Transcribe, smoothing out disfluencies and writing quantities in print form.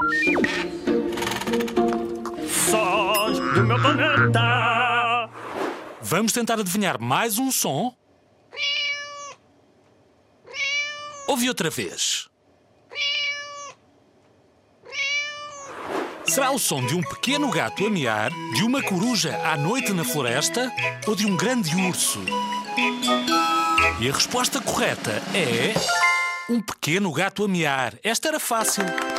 Sons do meu planeta. Vamos tentar adivinhar mais um som? Ouve outra vez. Será o som de um pequeno gato a miar, de uma coruja à noite na floresta ou de um grande urso? E a resposta correta é... um pequeno gato a miar. Esta era fácil.